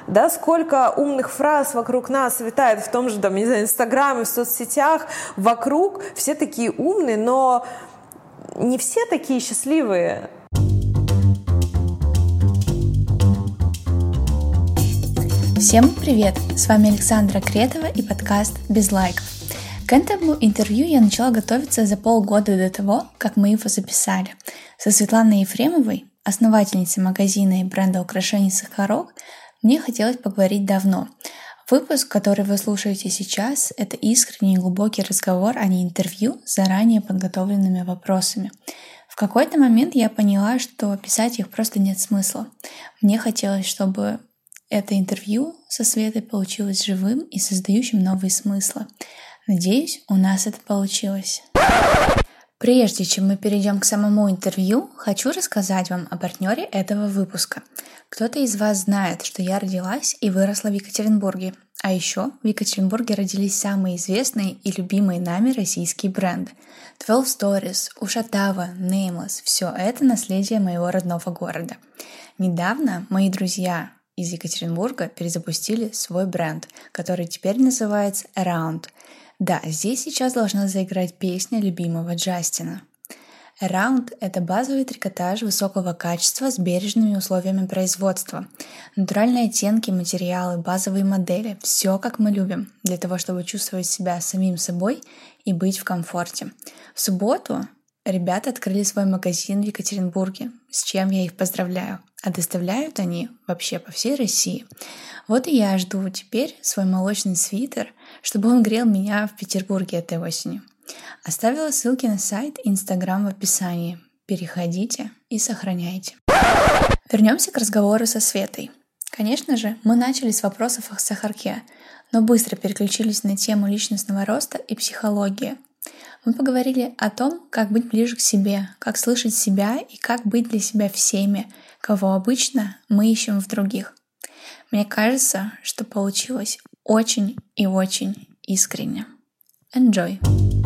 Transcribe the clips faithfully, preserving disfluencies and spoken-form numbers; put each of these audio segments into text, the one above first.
да, сколько умных фраз вокруг нас витает в том же, там, не знаю, Инстаграме, в соцсетях, вокруг, все такие умные, но не все такие счастливые. Всем привет! С вами Александра Кретова и подкаст «Без лайков». К этому интервью я начала готовиться за полгода до того, как мы его записали. Со Светланой Ефремовой, основательницей магазина и бренда украшений «Сахарок», мне хотелось поговорить давно. Выпуск, который вы слушаете сейчас, это искренний и глубокий разговор, а не интервью с заранее подготовленными вопросами. В какой-то момент я поняла, что писать их просто нет смысла. Мне хотелось, чтобы это интервью со Светой получилось живым и создающим новые смыслы. Надеюсь, у нас это получилось. Прежде чем мы перейдем к самому интервью, хочу рассказать вам о партнере этого выпуска. Кто-то из вас знает, что я родилась и выросла в Екатеринбурге. А еще в Екатеринбурге родились самые известные и любимые нами российские бренды. двенадцать Stories, Ушатава, Nameless – все это наследие моего родного города. Недавно мои друзья из Екатеринбурга перезапустили свой бренд, который теперь называется Around. Да, здесь сейчас должна заиграть песня любимого Джастина. Around — это базовый трикотаж высокого качества с бережными условиями производства. Натуральные оттенки, материалы, базовые модели — все как мы любим, для того, чтобы чувствовать себя самим собой и быть в комфорте. В субботу ребята открыли свой магазин в Екатеринбурге, с чем я их поздравляю. А доставляют они вообще по всей России. Вот и я жду теперь свой молочный свитер, чтобы он грел меня в Петербурге этой осенью. Оставила ссылки на сайт и Инстаграм в описании. Переходите и сохраняйте. Вернемся к разговору со Светой. Конечно же, мы начали с вопросов о сахарке, но быстро переключились на тему личностного роста и психологии. Мы поговорили о том, как быть ближе к себе, как слышать себя и как быть для себя всеми, кого обычно мы ищем в других. Мне кажется, что получилось очень и очень искренне. Enjoy!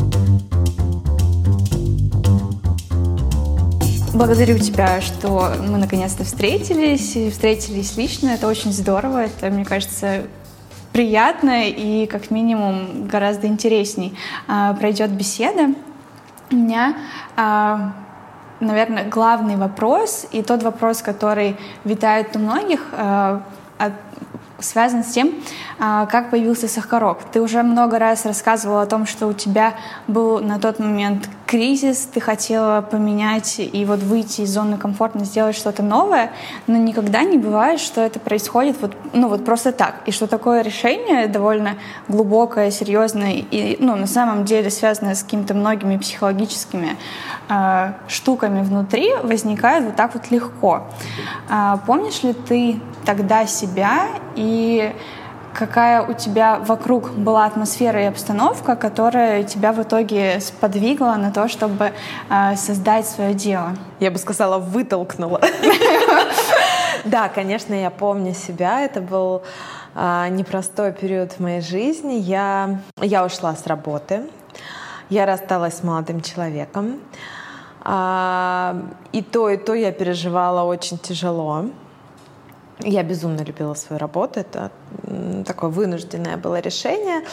Благодарю тебя, что мы наконец-то встретились, и встретились лично. Это очень здорово, это, мне кажется, приятно и, как минимум, гораздо интересней а, пройдет беседа. У меня, а, наверное, главный вопрос, и тот вопрос, который витает у многих, а, от, связан с тем, а, как появился Сахарок. Ты уже много раз рассказывала о том, что у тебя был на тот момент кризис, ты хотела поменять и вот выйти из зоны комфорта, сделать что-то новое, но никогда не бывает, что это происходит вот, ну, вот просто так. И что такое решение довольно глубокое, серьезное и ну, на самом деле связанное с какими-то многими психологическими э, штуками внутри, возникает вот так вот легко. А, помнишь ли ты тогда себя и какая у тебя вокруг была атмосфера и обстановка, которая тебя в итоге сподвигла на то, чтобы э, создать свое дело? Я бы сказала, вытолкнула. Да, конечно, я помню себя. Это был непростой период в моей жизни. Я, я ушла с работы. Я рассталась с молодым человеком. И то, и то я переживала очень тяжело. Я безумно любила свою работу, это такое вынужденное было решение.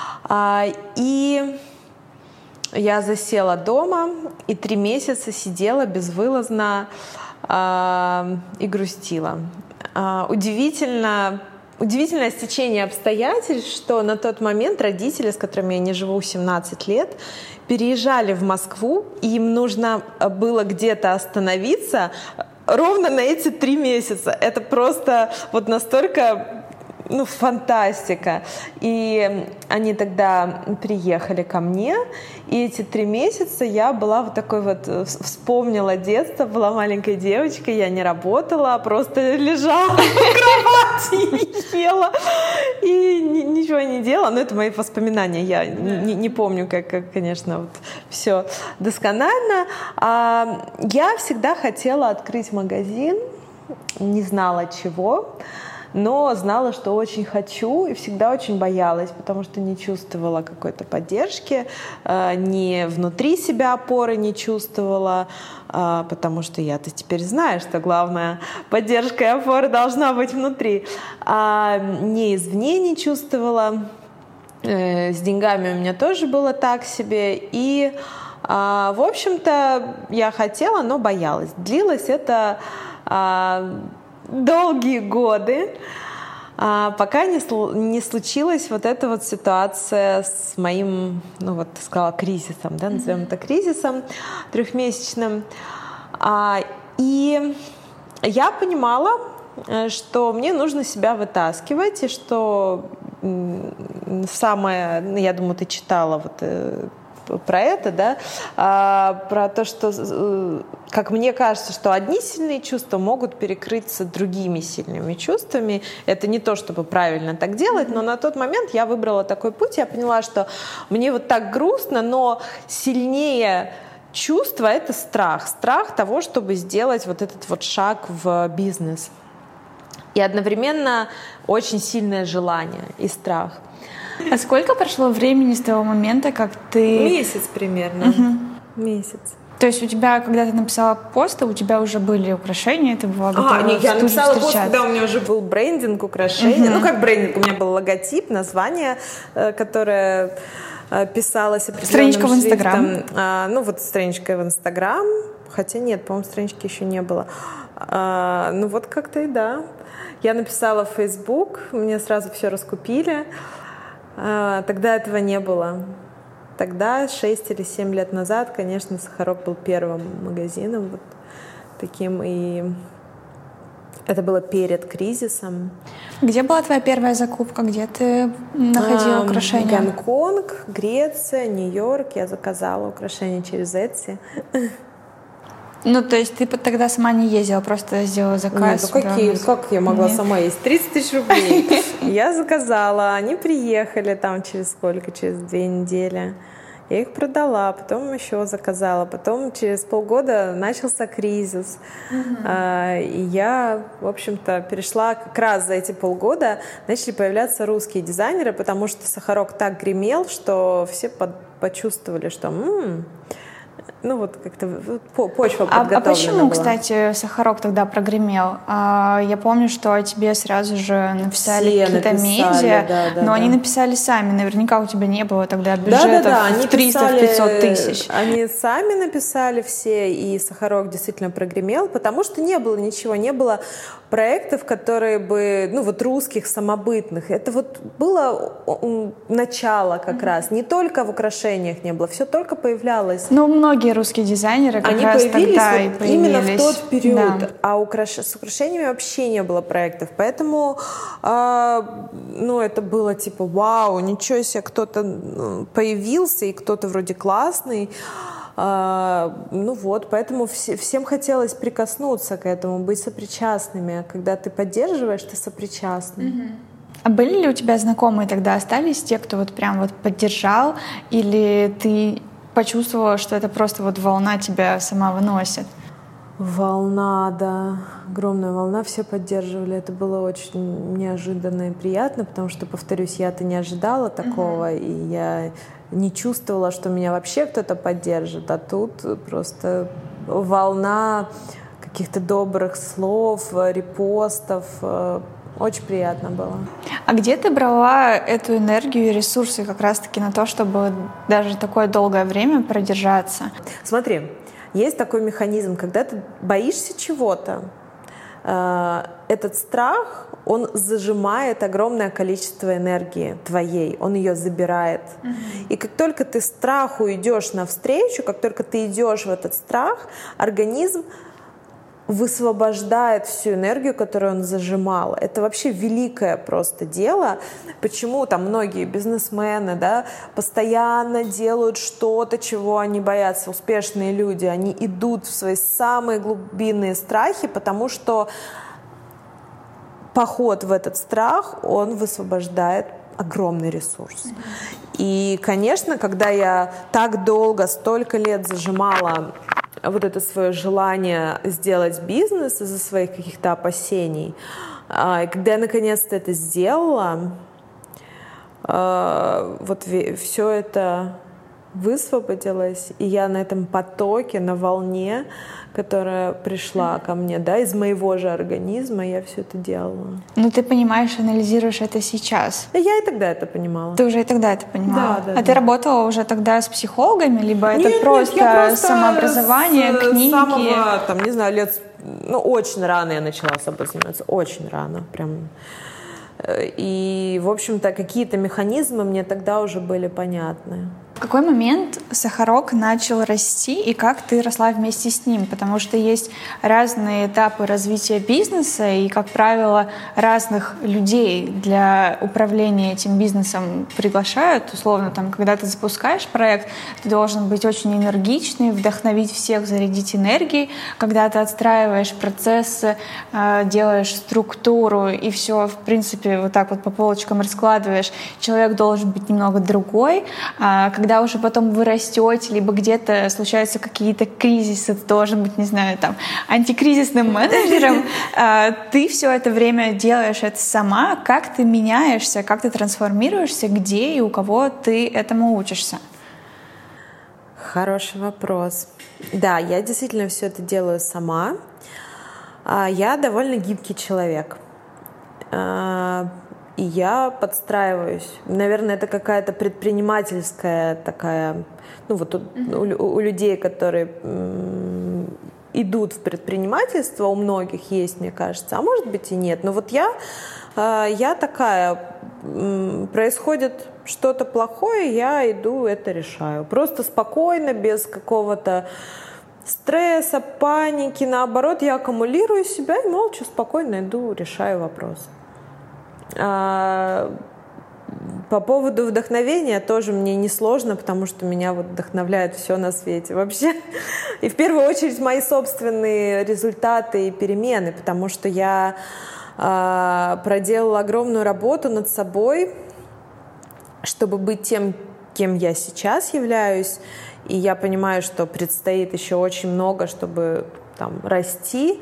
И я засела дома и три месяца сидела безвылазно и грустила. Удивительно, удивительное стечение обстоятельств, что на тот момент родители, с которыми я не живу семнадцать лет, переезжали в Москву, и им нужно было где-то остановиться ровно на эти три месяца. Это просто вот настолько, ну, фантастика. И они тогда приехали ко мне, и эти три месяца я была вот такой вот, вспомнила детство, была маленькой девочкой, я не работала, просто лежала на кровати и ела, и ничего не делала. Но это мои воспоминания, я не, не помню, как, как, конечно, вот все досконально. А я всегда хотела открыть магазин, не знала чего. но знала, что очень хочу и всегда очень боялась, потому что не чувствовала какой-то поддержки, ни внутри себя опоры не чувствовала, потому что я-то теперь знаю, что главная поддержка и опора должна быть внутри, а ни извне не чувствовала. С деньгами у меня тоже было так себе, и в общем-то я хотела, но боялась. Длилось это долгие годы, пока не, не случилась вот эта вот ситуация с моим, ну вот ты сказала, кризисом, да, назовем это кризисом трехмесячным. И я понимала, что мне нужно себя вытаскивать, и что самое, я думаю, ты читала вот про это, да, про то, что, как мне кажется, что одни сильные чувства могут перекрыться другими сильными чувствами. Это не то, чтобы правильно так делать, но на тот момент я выбрала такой путь, я поняла, что мне вот так грустно, но сильнее чувство — это страх, страх того, чтобы сделать вот этот вот шаг в бизнес. И одновременно очень сильное желание и страх. А сколько прошло времени с того момента, как ты... Месяц примерно. Угу. Месяц. То есть у тебя, когда ты написала пост, у тебя уже были украшения, ты была готова а, не, я написала встречаться. Пост, когда у меня уже был брендинг украшений. Угу. Ну, как брендинг, у меня был логотип, название, которое писалось определенным страничка в Инстаграм. А, ну, вот страничка в Инстаграм. Хотя нет, по-моему, странички еще не было. А, ну, вот как-то и да. Я написала в Facebook, мне сразу все раскупили. Тогда этого не было. Тогда, шесть или семь лет назад, конечно, Сахарок был первым магазином вот таким, и это было перед кризисом. Где была твоя первая закупка? Где ты находила а, украшения? Гонконг, Греция, Нью-Йорк. Я заказала украшения через Etsy. Ну, то есть ты тогда сама не ездила, просто сделала заказ? Нет, ну какие, как я могла Нет. сама есть? тридцать тысяч рублей. Я заказала, они приехали там через сколько? Через две недели. Я их продала, потом еще заказала. Потом через полгода начался кризис. Uh-huh. И я, в общем-то, перешла как раз за эти полгода. Начали появляться русские дизайнеры, потому что Сахарок так гремел, что все под, почувствовали, что... М-м, ну вот как-то почва подготовлена. А, а почему, была. Кстати, Сахарок тогда прогремел? А, я помню, что тебе сразу же написали все какие-то написали, медиа, да, да, но да. они написали сами. Наверняка у тебя не было тогда бюджета да, да, да. в триста-пятьсот тысяч. Они сами написали все, и Сахарок действительно прогремел, потому что не было ничего, не было проектов, которые бы, ну вот русских, самобытных. Это вот было начало как mm-hmm. раз. Не только в украшениях не было, все только появлялось. Ну, многие русские дизайнеры как Они раз появились тогда вот и появились. Именно в тот период. Да. А украш... с украшениями вообще не было проектов. Поэтому э, ну, это было типа вау, ничего себе, кто-то появился, и кто-то вроде классный. Uh, ну вот, поэтому все, всем хотелось прикоснуться к этому, быть сопричастными. Когда ты поддерживаешь, ты сопричастный. Mm-hmm. А были ли у тебя знакомые тогда остались, те, кто вот прям вот поддержал, или ты почувствовала, что это просто вот волна тебя сама выносит? Волна, да, огромная волна, все поддерживали. Это было очень неожиданно и приятно, потому что, повторюсь, я-то не ожидала такого, mm-hmm. и я не чувствовала, что меня вообще кто-то поддержит, а тут просто волна каких-то добрых слов, репостов. Очень приятно было. А где ты брала эту энергию и ресурсы как раз-таки на то, чтобы даже такое долгое время продержаться? Смотри, есть такой механизм, когда ты боишься чего-то, этот страх, он зажимает огромное количество энергии твоей, он ее забирает. Mm-hmm. И как только ты страху идешь навстречу, как только ты идешь в этот страх, организм высвобождает всю энергию, которую он зажимал. Это вообще великое просто дело. Почему там многие бизнесмены, да, постоянно делают что-то, чего они боятся. Успешные люди, они идут в свои самые глубинные страхи, потому что поход в этот страх, он высвобождает огромный ресурс. И, конечно, когда я так долго, столько лет зажимала вот это свое желание сделать бизнес из-за своих каких-то опасений, И когда я наконец-то это сделала, вот все это высвободилось, и я на этом потоке, на волне, которая пришла ко мне, да, из моего же организма, я все это делала. Ну, ты понимаешь, анализируешь это сейчас. Я и тогда это понимала. Ты уже и тогда это понимала? Да, да. А да. ты работала уже тогда с психологами, либо нет, это просто, нет, просто самообразование, с книги? самого, там, не знаю, лет... Ну, очень рано я начала собой заниматься, очень рано, прям... И, в общем-то, какие-то механизмы мне тогда уже были понятны. В какой момент Сахарок начал расти и как ты росла вместе с ним? Потому что есть разные этапы развития бизнеса и, как правило, разных людей для управления этим бизнесом приглашают. Условно, там, когда ты запускаешь проект, ты должен быть очень энергичный, вдохновить всех, зарядить энергией. Когда ты отстраиваешь процессы, делаешь структуру и все, в принципе, вот так вот по полочкам раскладываешь, человек должен быть немного другой. Когда уже потом вы растете, либо где-то случаются какие-то кризисы, ты должен быть, не знаю, там, антикризисным менеджером, ты все это время делаешь это сама. Как ты меняешься, как ты трансформируешься, где и у кого ты этому учишься? Хороший вопрос. Да, я действительно все это делаю сама. Я довольно гибкий человек. И я подстраиваюсь. Наверное, это какая-то предпринимательская такая... Ну вот у, mm-hmm. у, у людей, которые м, идут в предпринимательство, у многих есть, мне кажется, а может быть и нет. Но вот я, э, я такая... М, происходит что-то плохое, я иду, это решаю. Просто спокойно, без какого-то стресса, паники. Наоборот, я аккумулирую себя и молча, спокойно иду, решаю вопросы. По поводу вдохновения тоже мне несложно, потому что меня вот вдохновляет все на свете вообще. И в первую очередь мои собственные результаты и перемены, потому что я проделала огромную работу над собой, чтобы быть тем, кем я сейчас являюсь. И я понимаю, что предстоит еще очень много, чтобы там расти.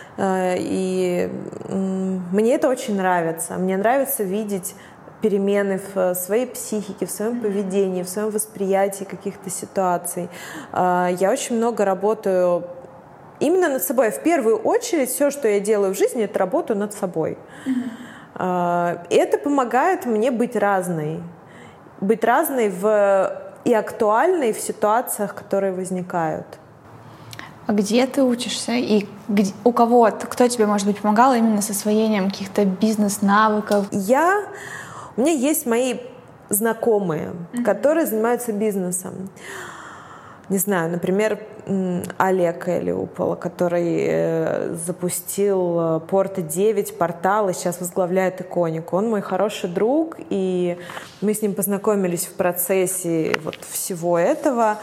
И мне это очень нравится. Мне нравится видеть перемены в своей психике, в своем поведении, в своем восприятии каких-то ситуаций. Я очень много работаю именно над собой. В первую очередь все, что я делаю в жизни, это работаю над собой. Mm-hmm. Это помогает мне быть разной. Быть разной в... и актуальной в ситуациях, которые возникают. А где ты учишься? И где, у кого? Кто тебе, может быть, помогал именно с освоением каких-то бизнес-навыков? Я... У меня есть мои знакомые, mm-hmm. которые занимаются бизнесом. Не знаю, например, Олег Элиупол, который запустил Порта девять, портал, и сейчас возглавляет Иконику. Он мой хороший друг, и мы с ним познакомились в процессе вот всего этого.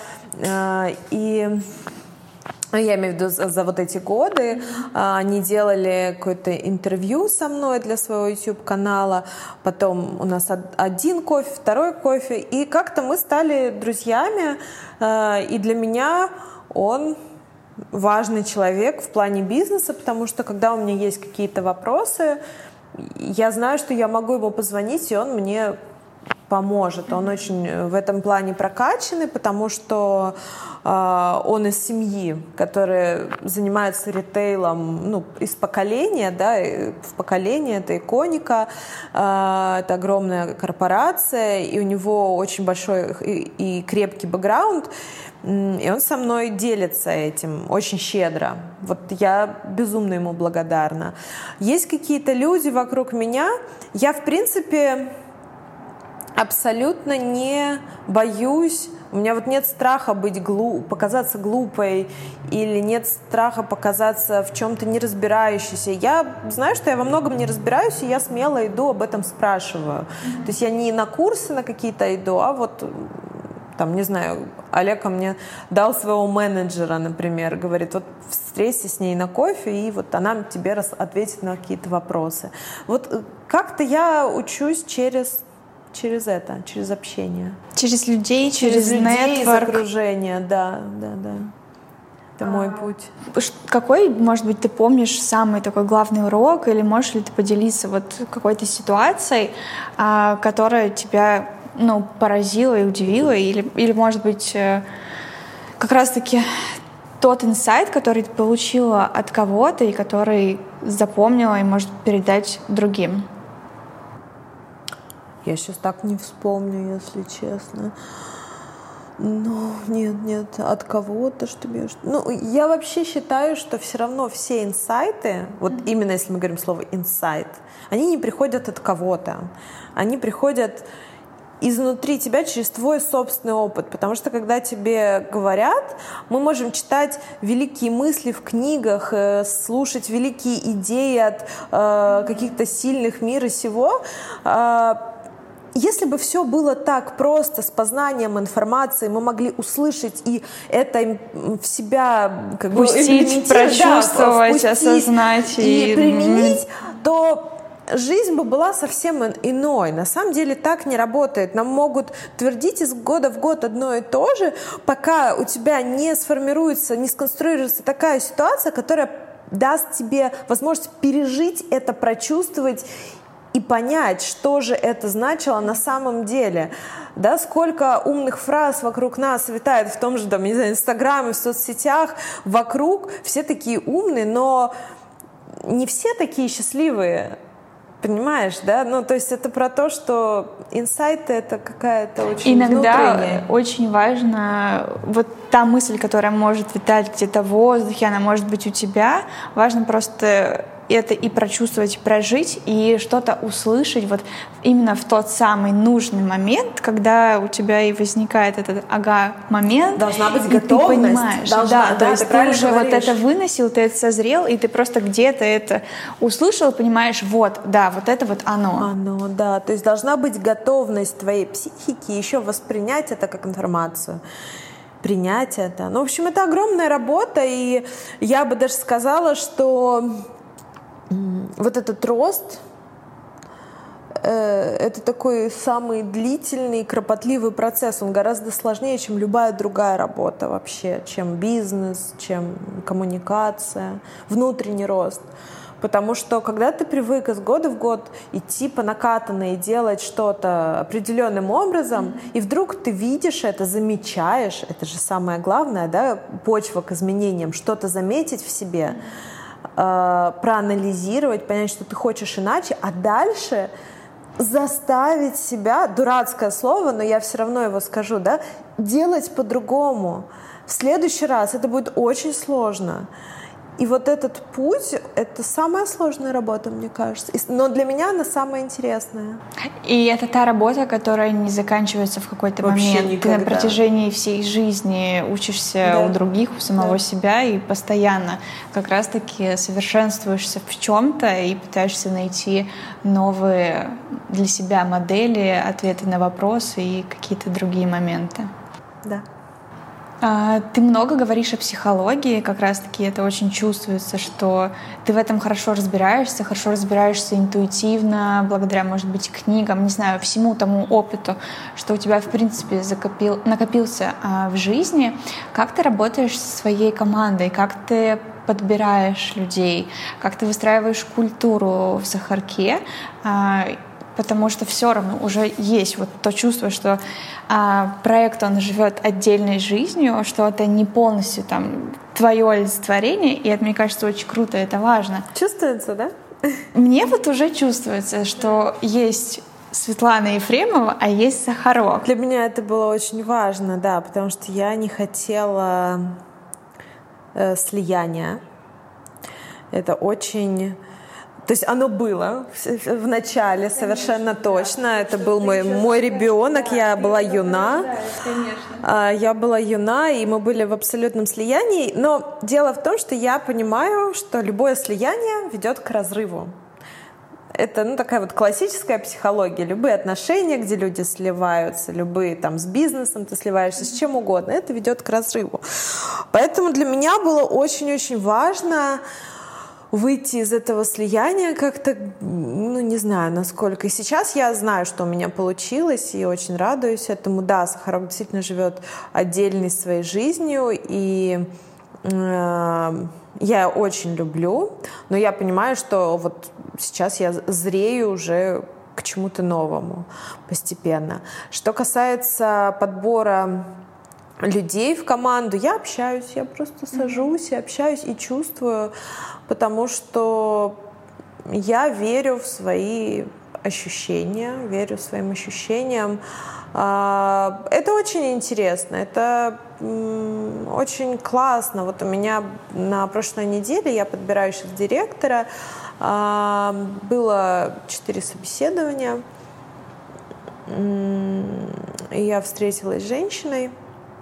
И... Я имею в виду за, за вот эти годы. Mm-hmm. Они делали какое-то интервью со мной для своего YouTube-канала. Потом у нас один кофе, второй кофе. И как-то мы стали друзьями. И для меня он важный человек в плане бизнеса, потому что когда у меня есть какие-то вопросы, я знаю, что я могу ему позвонить, и он мне поможет. Он очень в этом плане прокачанный, потому что э, он из семьи, которая занимается ритейлом, ну, из поколения, да, в поколение, это Иконика, э, это огромная корпорация, и у него очень большой и, и крепкий бэкграунд, и он со мной делится этим очень щедро. Вот я безумно ему благодарна. Есть какие-то люди вокруг меня, я, в принципе, абсолютно не боюсь, у меня вот нет страха быть глуп, показаться глупой, или нет страха показаться в чем-то не разбирающейся. Я знаю, что я во многом не разбираюсь, и я смело иду, об этом спрашиваю. Mm-hmm. То есть я не на курсы на какие-то иду, а вот там, не знаю, Олег мне дал своего менеджера, например, говорит, вот встреться с ней на кофе, и вот она тебе ответит на какие-то вопросы. Вот как-то я учусь через... Через это, через общение. Через людей, через, через людей нетворк. Из окружения, да, да, да. Это мой путь. Какой, может быть, ты помнишь самый такой главный урок, или можешь ли ты поделиться вот какой-то ситуацией, которая тебя, ну, поразила и удивила, или, или, может быть, как раз-таки тот инсайт, который ты получила от кого-то и который запомнила и может передать другим? Я сейчас так не вспомню, если честно. Ну, нет, нет, от кого-то, что я... Ну, я вообще считаю, что все равно все инсайты, вот mm-hmm. именно если мы говорим слово инсайт, они не приходят от кого-то. Они приходят изнутри тебя через твой собственный опыт. Потому что когда тебе говорят, мы можем читать великие мысли в книгах, слушать великие идеи от э, каких-то сильных мира сего. Э, Если бы все было так просто, с познанием информации, мы могли услышать и это в себя как пустить, бы, прочувствовать, да, осознать и, и применить, то жизнь бы была совсем иной. На самом деле так не работает. Нам могут твердить из года в год одно и то же, пока у тебя не сформируется, не сконструируется такая ситуация, которая даст тебе возможность пережить это, прочувствовать и понять, что же это значило на самом деле. Да, сколько умных фраз вокруг нас витает в том же, там, не знаю, Инстаграме, в соцсетях, вокруг. Все такие умные, но не все такие счастливые. Понимаешь, да? Ну, то есть это про то, что инсайты — это какая-то очень иногда внутренняя. Очень важно, вот та мысль, которая может витать где-то в воздухе, она может быть у тебя, важно просто это и прочувствовать, и прожить, и что-то услышать вот именно в тот самый нужный момент, когда у тебя и возникает этот ага-момент. Должна быть и готовность. Ты понимаешь, Должна, да, да, то есть ты, ты уже говоришь. вот это выносил, ты это созрел, и ты просто где-то это услышал, понимаешь, вот, да, вот это вот оно. Оно, да, то есть должна быть готовность твоей психики еще воспринять это как информацию. Принять это. Ну, в общем, это огромная работа, и я бы даже сказала, что вот этот рост э, это такой самый длительный, кропотливый процесс. Он гораздо сложнее, чем любая другая работа вообще, чем бизнес, чем коммуникация, внутренний рост. Потому что когда ты привык из года в год идти по накатанной и делать что-то определенным образом, mm-hmm. и вдруг ты видишь это, замечаешь, это же самое главное, да, почва к изменениям, что-то заметить в себе, mm-hmm. э, проанализировать, понять, что ты хочешь иначе, а дальше заставить себя, дурацкое слово, но я все равно его скажу, да, делать по-другому. В следующий раз это будет очень сложно. И вот этот путь — это самая сложная работа, мне кажется. Но для меня она самая интересная. И это та работа, которая не заканчивается в какой-то Вообще момент. никогда. Ты на протяжении всей жизни учишься да. у других, у самого да. себя, и постоянно как раз-таки совершенствуешься в чем-то и пытаешься найти новые для себя модели, ответы на вопросы и какие-то другие моменты. Да. Ты много говоришь о психологии, как раз-таки это очень чувствуется, что ты в этом хорошо разбираешься, хорошо разбираешься интуитивно, благодаря, может быть, книгам, не знаю, всему тому опыту, что у тебя, в принципе, закопил, накопился в жизни. Как ты работаешь со своей командой, как ты подбираешь людей, как ты выстраиваешь культуру в Сахарке, потому что все равно уже есть вот то чувство, что а, проект, он живет отдельной жизнью, что это не полностью там твое олицетворение, и это, мне кажется, очень круто, это важно. Чувствуется, да? Мне вот уже чувствуется, что есть Светлана Ефремова, а есть Сахарок. Для меня это было очень важно, да, потому что я не хотела э, слияния. Это очень... То есть оно было в начале, конечно, совершенно точно. Да. Это был мой, мой ребенок, да, я была юна. Да, я была юна, и мы были в абсолютном слиянии. Но дело в том, что я понимаю, что любое слияние ведет к разрыву. Это ну, такая вот классическая психология. Любые отношения, где люди сливаются, любые там с бизнесом ты сливаешься, с чем угодно, это ведет к разрыву. Поэтому для меня было очень-очень важно выйти из этого слияния как-то, ну, не знаю, насколько. И сейчас я знаю, что у меня получилось, и очень радуюсь этому. Да, Сахарок действительно живет отдельной своей жизнью, и я очень люблю, но я понимаю, что вот сейчас я зрею уже к чему-то новому постепенно. Что касается подбора людей в команду, я общаюсь, я просто сажусь и общаюсь и чувствую, потому что я верю в свои ощущения, верю своим ощущениям. Это очень интересно, это очень классно. Вот у меня на прошлой неделе я подбираю сейчас директора. Было четыре собеседования. И я встретилась с женщиной,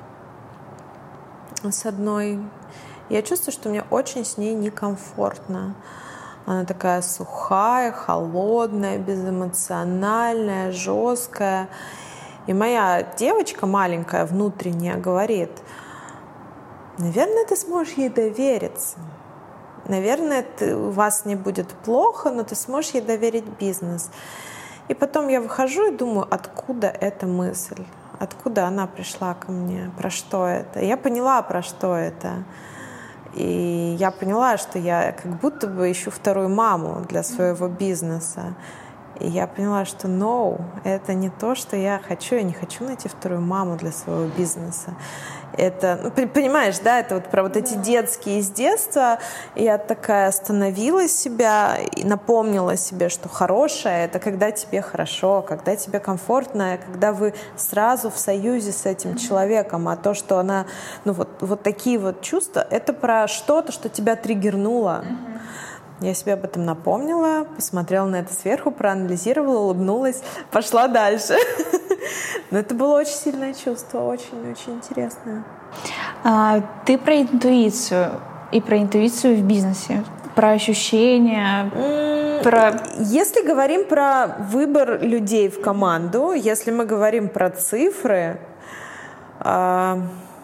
с одной. Я чувствую, что мне очень с ней некомфортно. Она такая сухая, холодная, безэмоциональная, жесткая. И моя девочка маленькая, внутренняя, говорит: наверное, ты сможешь ей довериться. Наверное, ты, у вас не будет плохо, но ты сможешь ей доверить бизнес. И потом я выхожу и думаю, откуда эта мысль? Откуда она пришла ко мне? Про что это? Я поняла, про что это. И я поняла, что я как будто бы ищу вторую маму для своего бизнеса. И я поняла, что no, это не то, что я хочу. Я не хочу найти вторую маму для своего бизнеса. Это, ну, понимаешь, да, это вот про вот эти детские из детства. Я такая остановила себя и напомнила себе, что хорошее — это когда тебе хорошо, когда тебе комфортно, когда вы сразу в союзе с этим человеком. А то, что она, ну вот, вот такие вот чувства, это про что-то, что тебя триггернуло. Я себе об этом напомнила, посмотрела на это сверху, проанализировала, улыбнулась, пошла дальше. Но это было очень сильное чувство, очень-очень интересное. А, ты про интуицию и про интуицию в бизнесе, про ощущения, mm, про... Если говорим про выбор людей в команду, если мы говорим про цифры, мы,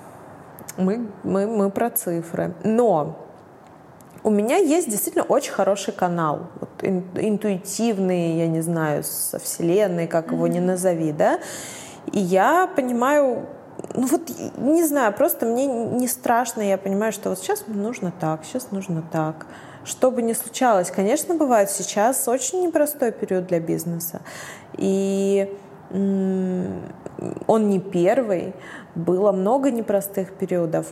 мы, мы про цифры. Но у меня есть действительно очень хороший канал, вот, ин, интуитивный, я не знаю, со Вселенной, как его ни назови, да, и я понимаю, ну вот, не знаю, просто мне не страшно, я понимаю, что вот сейчас нужно так, сейчас нужно так, что бы ни случалось. Конечно, бывает сейчас очень непростой период для бизнеса, и м- он не первый, было много непростых периодов.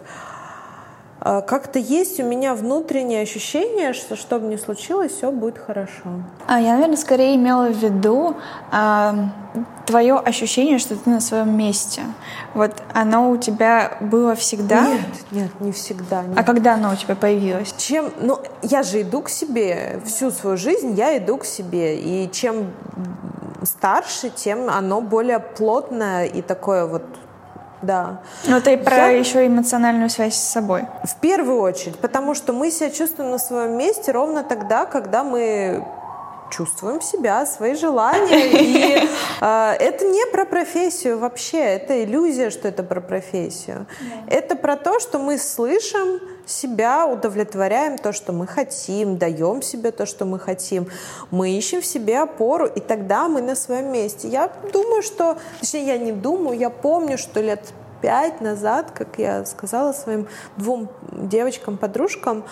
Как-то есть у меня внутреннее ощущение, что что бы ни случилось, все будет хорошо. А я, наверное, скорее имела в виду а, твое ощущение, что ты на своем месте. Вот оно у тебя было всегда? Нет, нет, не всегда. Нет. А когда оно у тебя появилось? Чем, ну, я же иду к себе всю свою жизнь, я иду к себе, и чем старше, тем оно более плотное и такое вот. Да. Но ты про я... еще эмоциональную связь с собой. В первую очередь, потому что мы себя чувствуем на своем месте ровно тогда, когда мы чувствуем себя, свои желания. И э, это не про профессию вообще, это иллюзия, что это про профессию. Да. Это про то, что мы слышим себя, удовлетворяем то, что мы хотим, даем себе то, что мы хотим. Мы ищем в себе опору, и тогда мы на своем месте. Я думаю, что... Точнее, я не думаю, я помню, что лет пять назад, как я сказала своим двум девочкам-подружкам,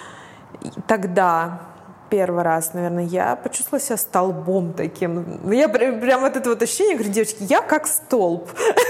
тогда... Первый раз, наверное, я почувствовала себя столбом таким. Я прям вот это вот ощущение, говорю, девочки, я как столб.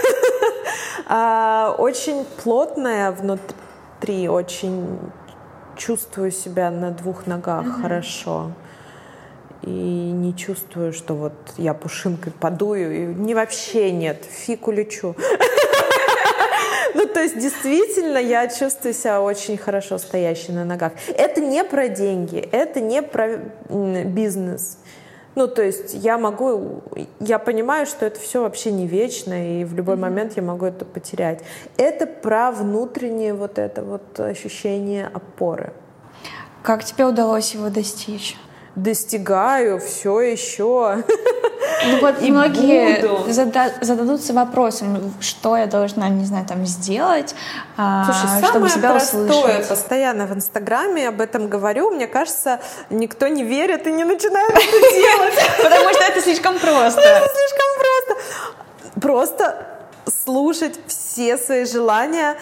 Очень плотная внутри, очень чувствую себя на двух ногах хорошо. И не чувствую, что вот я пушинкой подую. И не вообще нет, фиг улечу. Ну, то есть, действительно, я чувствую себя очень хорошо стоящей на ногах. Это не про деньги, это не про бизнес. Ну, то есть, я могу, я понимаю, что это все вообще не вечно, и в любой момент я могу это потерять. Это про внутреннее вот это вот ощущение опоры. Как тебе удалось его достичь? Достигаю все еще. Ну вот и многие зада- зададутся вопросом, что я должна, не знаю, там сделать, Слушай, чтобы себя простое, услышать. Постоянно в Инстаграме об этом говорю. Мне кажется, никто не верит и не начинает это делать. Потому что это слишком просто. Это слишком просто. Просто слушать все свои желания.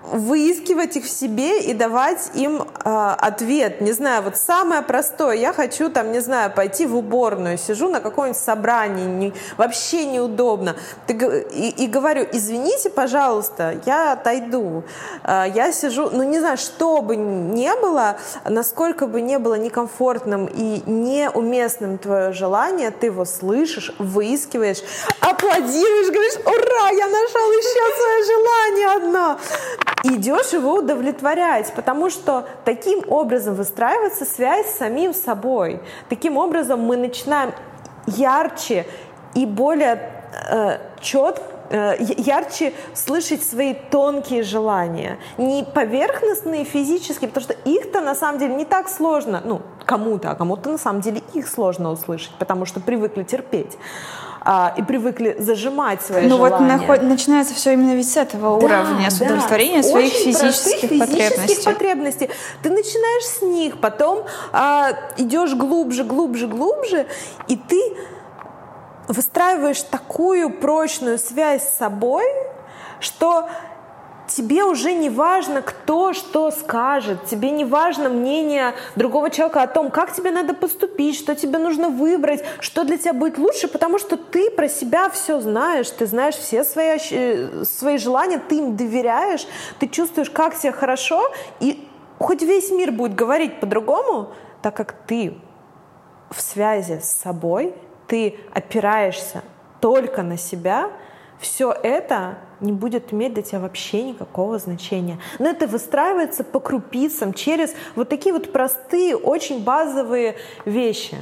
выискивать их в себе и давать им э, ответ. Не знаю, вот самое простое. Я хочу, там, не знаю, пойти в уборную. Сижу на каком-нибудь собрании, не, вообще неудобно. Ты, и, и говорю, извините, пожалуйста, я отойду. Э, я сижу, ну, не знаю, что бы ни было, насколько бы не было некомфортным и неуместным твое желание, ты его слышишь, выискиваешь, аплодируешь, говоришь, ура, я нашел еще свое желание одно. Идешь его удовлетворять, потому что таким образом выстраивается связь с самим собой. Таким образом мы начинаем ярче и более э, четко, э, ярче слышать свои тонкие желания. Не поверхностные физические, потому что их-то на самом деле не так сложно, ну, кому-то, а кому-то на самом деле их сложно услышать, потому что привыкли терпеть. И привыкли зажимать свои ну, желания. Ну вот начинается все именно ведь с этого да, уровня, с удовлетворения да, своих физических, физических потребностей. потребностей. Ты начинаешь с них, потом а, идешь глубже, глубже, глубже, и ты выстраиваешь такую прочную связь с собой, что тебе уже не важно, кто что скажет, тебе не важно мнение другого человека о том, как тебе надо поступить, что тебе нужно выбрать, что для тебя будет лучше, потому что ты про себя все знаешь, ты знаешь все свои, свои желания, ты им доверяешь, ты чувствуешь, как тебе хорошо, и хоть весь мир будет говорить по-другому, так как ты в связи с собой, ты опираешься только на себя, все это не будет иметь для тебя вообще никакого значения. Но это выстраивается по крупицам, через вот такие вот простые, очень базовые вещи.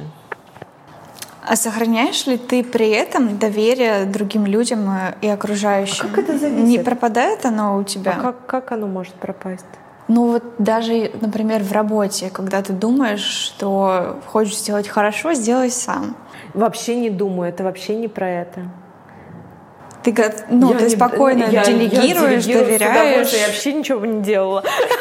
А сохраняешь ли ты при этом доверие другим людям и окружающим? А как это зависит? Не пропадает оно у тебя? А как, как оно может пропасть? Ну вот даже, например, в работе, когда ты думаешь, что хочешь сделать хорошо, сделай сам. Вообще не думаю, это вообще не про это. Ты, ну, ты не, спокойно я, делегируешь, я доверяешь. Я вообще ничего бы не делала.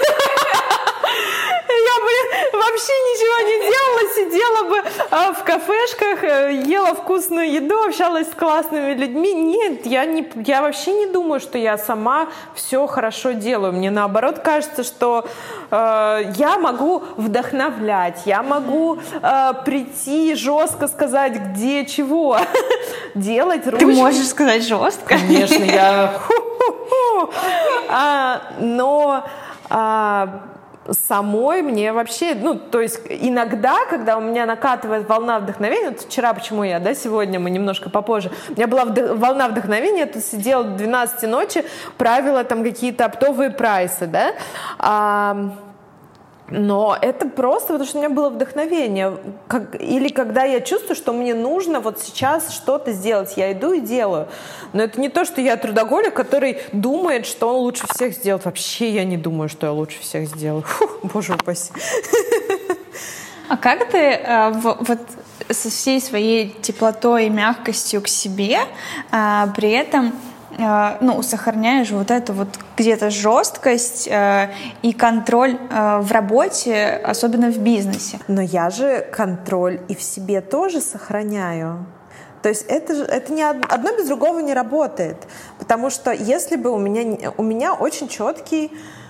Я бы вообще ничего не делала, сидела бы в кафешках, ела вкусную еду, общалась с классными людьми. Нет, я, не, я вообще не думаю, что я сама все хорошо делаю. Мне наоборот кажется, что э, я могу вдохновлять, я могу э, прийти жестко сказать, где чего делать. Ручки. Ты можешь сказать жестко? Конечно, я... а, но... А, самой мне вообще, ну, то есть иногда, когда у меня накатывает волна вдохновения, вот вчера, почему я, да, сегодня мы немножко попозже, у меня была вдох- волна вдохновения, я тут сидела до двенадцати ночи, правила там какие-то оптовые прайсы, да, а, но это просто потому, что у меня было вдохновение. Как, или когда я чувствую, что мне нужно вот сейчас что-то сделать, я иду и делаю. Но это не то, что я трудоголик, который думает, что он лучше всех сделает. Вообще я не думаю, что я лучше всех сделаю. Фу, боже упаси. А как ты э, в, вот со всей своей теплотой и мягкостью к себе э, при этом э, ну, сохраняешь вот эту вот где-то жесткость э, и контроль э, в работе, особенно в бизнесе? Но я же контроль и в себе тоже сохраняю. То есть это, же, это не одно без другого не работает. Потому что если бы у меня, у меня очень четкий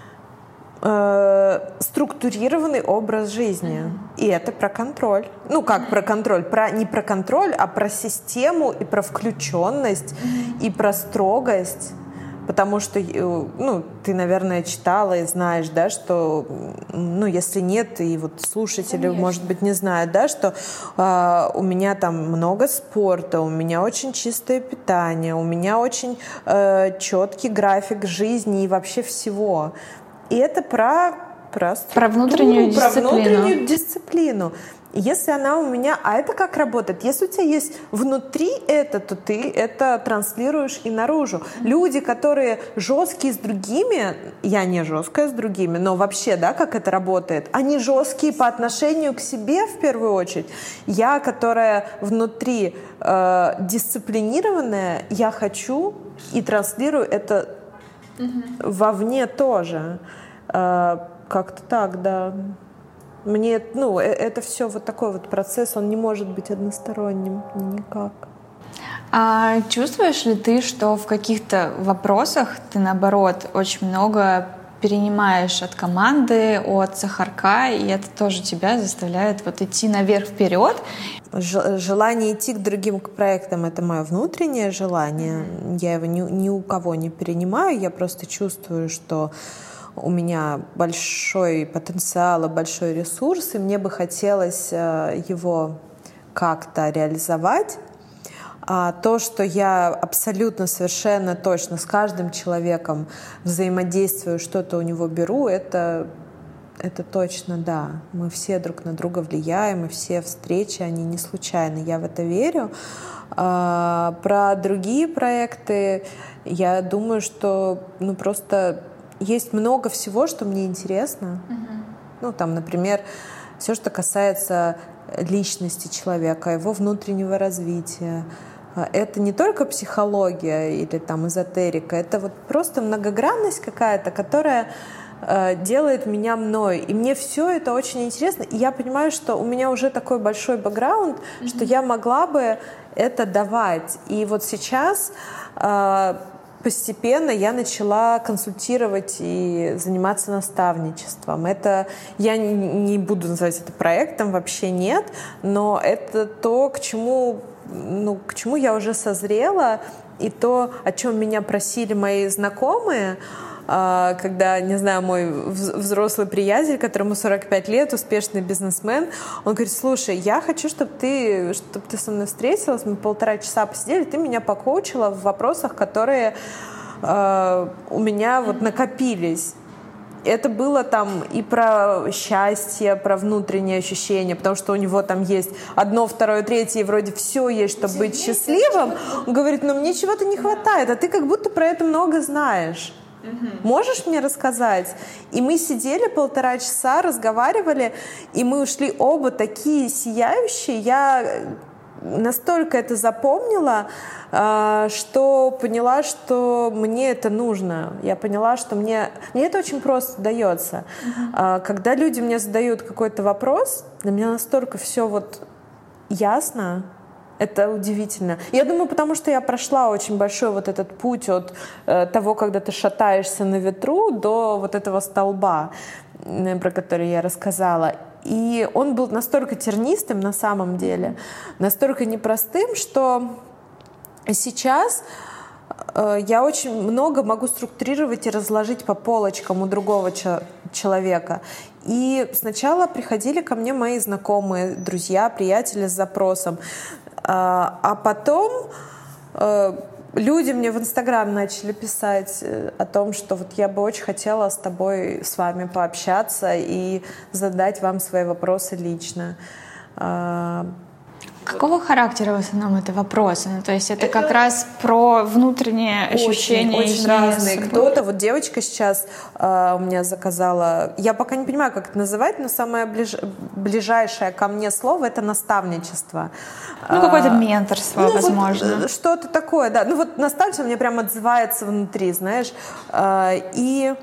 э, структурированный образ жизни. Mm-hmm. И это про контроль. Ну, как про контроль? Про, не про контроль, а про систему и про включенность, mm-hmm. и про строгость. Потому что, ну, ты, наверное, читала и знаешь, да, что, ну, если нет, и вот слушатели, Конечно. может быть, не знают, да, что э, у меня там много спорта, у меня очень чистое питание, у меня очень э, четкий график жизни и вообще всего. И это про, про, про внутреннюю про дисциплину. внутреннюю дисциплину. Если она у меня... А это как работает? Если у тебя есть внутри это, то ты это транслируешь и наружу. Люди, которые жесткие с другими, я не жесткая с другими, но вообще, да, как это работает, они жесткие по отношению к себе в первую очередь. Я, которая внутри э, дисциплинированная, я хочу и транслирую это mm-hmm. вовне тоже. Э, как-то так, да. Мне, ну, это все вот такой вот процесс, он не может быть односторонним никак. А чувствуешь ли ты, что в каких-то вопросах ты, наоборот, очень много перенимаешь от команды, от Сахарка, и это тоже тебя заставляет вот идти наверх вперед. Желание идти к другим проектам — это мое внутреннее желание. Я его ни, ни у кого не перенимаю, я просто чувствую, что у меня большой потенциал и большой ресурс, и мне бы хотелось его как-то реализовать. А то, что я абсолютно совершенно точно с каждым человеком взаимодействую, что-то у него беру, это, это точно да. Мы все друг на друга влияем, и все встречи, они не случайны. Я в это верю. А, про другие проекты я думаю, что ну, просто есть много всего, что мне интересно. Mm-hmm. Ну, там, например, все, что касается личности человека, его внутреннего развития. Это не только психология или там эзотерика, это вот просто многогранность какая-то, которая э, делает меня мной. И мне все это очень интересно. И я понимаю, что у меня уже такой большой бэкграунд, mm-hmm. что я могла бы это давать. И вот сейчас э, постепенно я начала консультировать и заниматься наставничеством. Это я не буду называть это проектом, вообще нет, но это то, к чему, ну, к чему я уже созрела, и то, о чем меня просили мои знакомые, когда, не знаю, мой взрослый приятель, которому сорок пять лет, успешный бизнесмен, он говорит: слушай, я хочу, чтобы ты, чтобы ты со мной встретилась, мы полтора часа посидели, ты меня покоучила в вопросах, которые э, у меня вот накопились. Это было там и про счастье, про внутренние ощущения, потому что у него там есть одно, второе, третье, и вроде все есть, чтобы быть счастливым. Он говорит: но мне чего-то не хватает, а ты как будто про это много знаешь. Можешь мне рассказать? И мы сидели полтора часа, разговаривали, и мы ушли оба такие сияющие. Я настолько это запомнила, что поняла, что мне это нужно. Я поняла, что мне, мне это очень просто дается. Uh-huh. Когда люди мне задают какой-то вопрос, для меня настолько все вот ясно. Это удивительно. Я думаю, потому что я прошла очень большой вот этот путь от э, того, когда ты шатаешься на ветру, до вот этого столба, э, про который я рассказала. И он был настолько тернистым на самом деле, настолько непростым, что сейчас э, я очень много могу структурировать и разложить по полочкам у другого ча- человека. И сначала приходили ко мне мои знакомые, друзья, приятели с запросом. А потом люди мне в Инстаграм начали писать о том, что вот я бы очень хотела с тобой, с вами пообщаться и задать вам свои вопросы лично. Какого характера в основном это вопросы? Ну, то есть это, это как раз про внутренние ощущения. Очень, очень разные. Кто-то, вот девочка сейчас э, у меня заказала, я пока не понимаю, как это называть, но самое ближ... ближайшее ко мне слово — это наставничество. Ну, какое-то менторство, ну, возможно. Вот что-то такое, да. Ну, вот наставничество мне прям отзывается внутри, знаешь. Э, и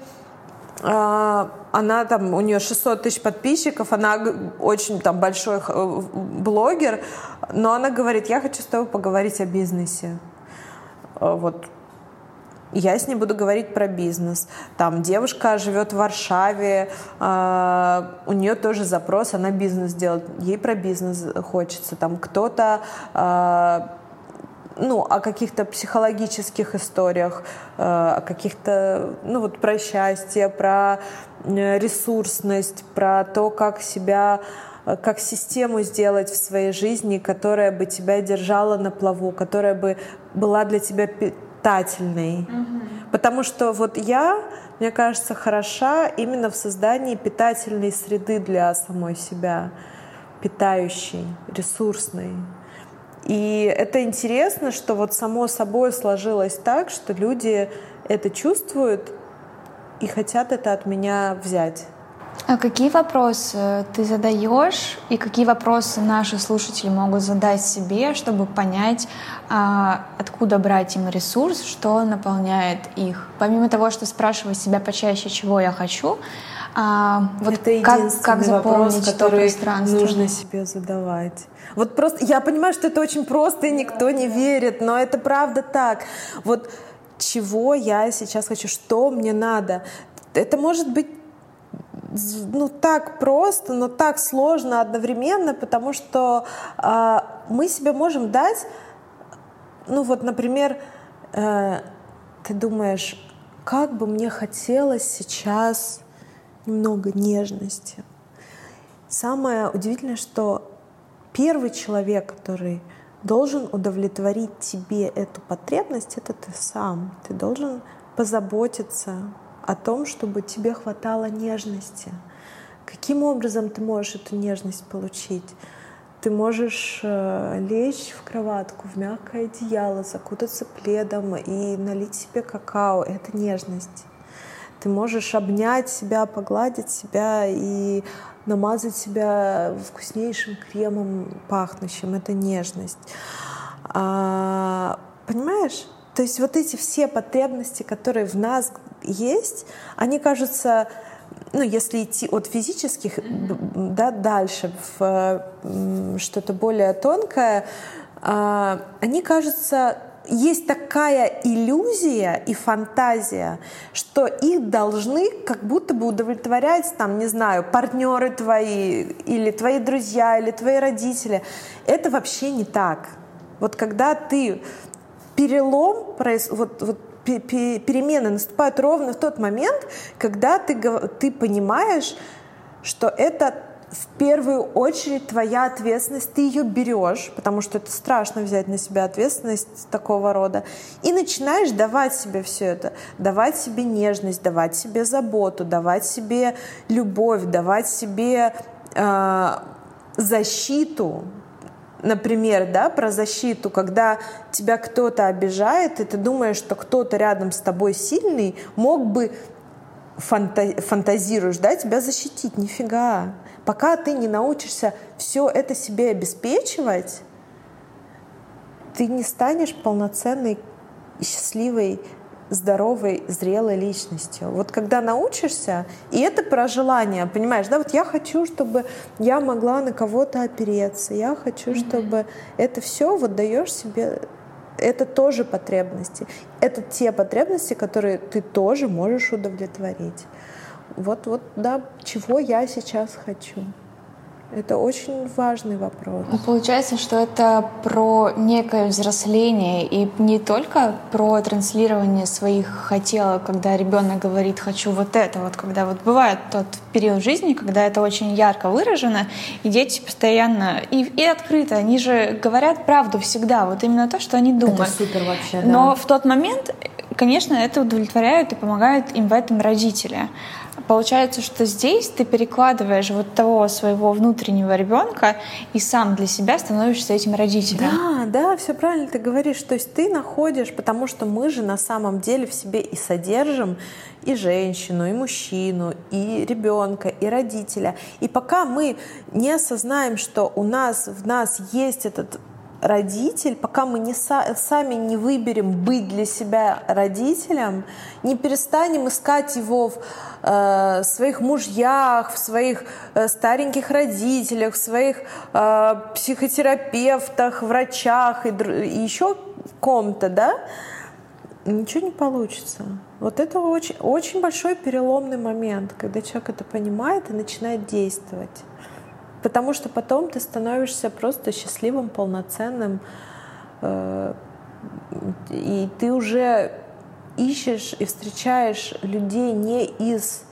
она там, у нее шестьсот тысяч подписчиков, она очень там большой блогер, но она говорит: я хочу с тобой поговорить о бизнесе. Вот. Я с ней буду говорить про бизнес. Там девушка живет в Варшаве, э, у нее тоже запрос, она бизнес делает, ей про бизнес хочется. Там кто-то э, ну, о каких-то психологических историях, э, о каких-то, ну вот про счастье, про ресурсность, про то, как себя, как систему сделать в своей жизни, которая бы тебя держала на плаву, которая бы была для тебя питательной. Mm-hmm. Потому что вот я, мне кажется, хороша именно в создании питательной среды для самой себя, питающей, ресурсной. И это интересно, что вот само собой сложилось так, что люди это чувствуют и хотят это от меня взять. А какие вопросы ты задаешь и какие вопросы наши слушатели могут задать себе, чтобы понять, откуда брать им ресурс, что наполняет их? Помимо того, что спрашивать себя почаще, чего я хочу, вот это как, как заполнить вопрос, то пространство? Нужно себе задавать. Вот просто я понимаю, что это очень просто и никто не верит, но это правда так. Вот чего я сейчас хочу, что мне надо. это может быть ну, так просто, но так сложно одновременно, потому что э, мы себе можем дать, ну вот, например, э, ты думаешь, как бы мне хотелось сейчас немного нежности. Самое удивительное, что первый человек, который должен удовлетворить тебе эту потребность, это ты сам. Ты должен позаботиться о том, чтобы тебе хватало нежности. Каким образом ты можешь эту нежность получить? Ты можешь э, лечь в кроватку, в мягкое одеяло, закутаться пледом и налить себе какао. Это нежность. Ты можешь обнять себя, погладить себя и намазать себя вкуснейшим кремом пахнущим. Это нежность. А, понимаешь? То есть вот эти все потребности, которые в нас есть, они кажутся, ну, если идти от физических, mm-hmm. да, дальше в что-то более тонкое, они кажутся, есть такая иллюзия и фантазия, что их должны как будто бы удовлетворять, там, не знаю, партнеры твои, или твои друзья, или твои родители. Это вообще не так. Вот когда ты перелом, вот, вот перемены наступают ровно в тот момент, когда ты, ты понимаешь, что это в первую очередь твоя ответственность, ты ее берешь, потому что это страшно взять на себя ответственность такого рода, и начинаешь давать себе все это, давать себе нежность, давать себе заботу, давать себе любовь, давать себе э, защиту. Например, да, про защиту, когда тебя кто-то обижает, и ты думаешь, что кто-то рядом с тобой сильный мог бы, фанта- фантазируешь, да, тебя защитить. Нифига. Пока ты не научишься все это себе обеспечивать, ты не станешь полноценной, счастливой, здоровой, зрелой личностью. Вот когда научишься, и это про желание, понимаешь, да, вот я хочу, чтобы я могла на кого-то опереться, я хочу, mm-hmm. чтобы это все вот даешь себе, это тоже потребности. Это те потребности, которые ты тоже можешь удовлетворить. Вот, вот, да, чего я сейчас хочу. Это очень важный вопрос. Получается, что это про некое взросление и не только про транслирование своих хотелок, когда ребенок говорит «хочу вот это». Вот когда вот бывает тот период жизни, когда это очень ярко выражено, и дети постоянно и, и открыто, они же говорят правду всегда, вот именно то, что они думают. Это супер вообще, да. Но в тот момент, конечно, это удовлетворяют и помогают им в этом родители. Получается, что здесь ты перекладываешь вот того своего внутреннего ребенка и сам для себя становишься этим родителем. Да, да, все правильно ты говоришь. То есть ты находишь, потому что мы же на самом деле в себе и содержим и женщину, и мужчину, и ребенка, и родителя. И пока мы не осознаем, что у нас в нас есть этот родитель, пока мы не са- сами не выберем быть для себя родителем, не перестанем искать его в э, своих мужьях, в своих э, стареньких родителях, в своих э, психотерапевтах, врачах и, др- и еще ком-то, да, ничего не получится. Вот это очень, очень большой переломный момент, когда человек это понимает и начинает действовать. Потому что потом ты становишься просто счастливым, полноценным, э, и ты уже ищешь и встречаешь людей не из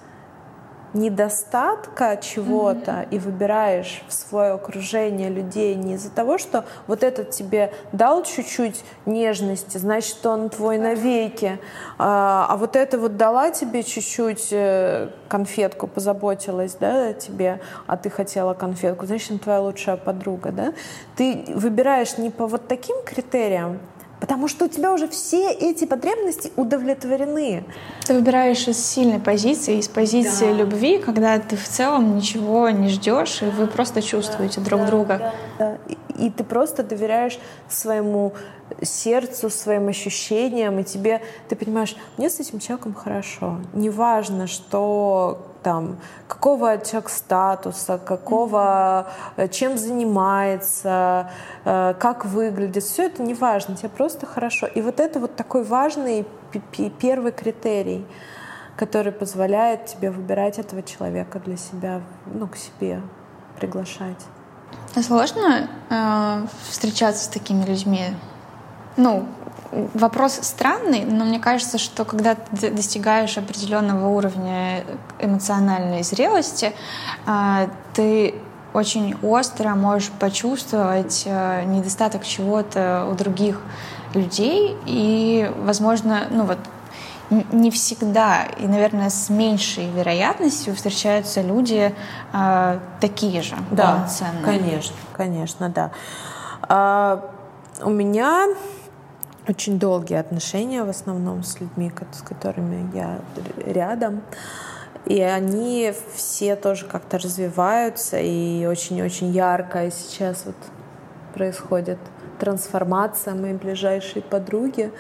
недостатка чего-то mm-hmm. и выбираешь в свое окружение людей не из-за того, что вот этот тебе дал чуть-чуть нежности, значит, он твой навеки, а, а вот это вот дала тебе чуть-чуть конфетку, позаботилась, да, тебе, а ты хотела конфетку, значит, она твоя лучшая подруга, да? Ты выбираешь не по вот таким критериям, потому что у тебя уже все эти потребности удовлетворены. Ты выбираешь из сильной позиции, из позиции да. любви, когда ты в целом ничего не ждешь, и вы просто чувствуете да, друг да, друга. Да, да. И, и ты просто доверяешь своему сердцу, своим ощущениям, и тебе, ты понимаешь, мне с этим человеком хорошо. Неважно, что там, какого человек статуса, какого, mm-hmm. чем занимается, как выглядит, все это не важно, тебе просто хорошо. И вот это вот такой важный первый критерий. который позволяет тебе выбирать этого человека для себя, ну, к себе приглашать. А сложно э, встречаться с такими людьми? Ну, вопрос странный, но мне кажется, что когда ты достигаешь определенного уровня эмоциональной зрелости, э, ты очень остро можешь почувствовать э, недостаток чего-то у других людей, и, возможно, ну вот не всегда и, наверное, с меньшей вероятностью встречаются люди э, такие же, да, полноценные. Конечно, конечно, да. А, у меня очень долгие отношения в основном с людьми, с которыми я рядом. И они все тоже как-то развиваются, и очень-очень яркая сейчас вот происходит трансформация моей ближайшей подруги,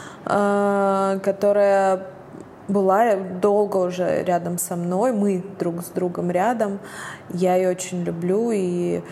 которая была долго уже рядом со мной, мы друг с другом рядом. Я ее очень люблю, и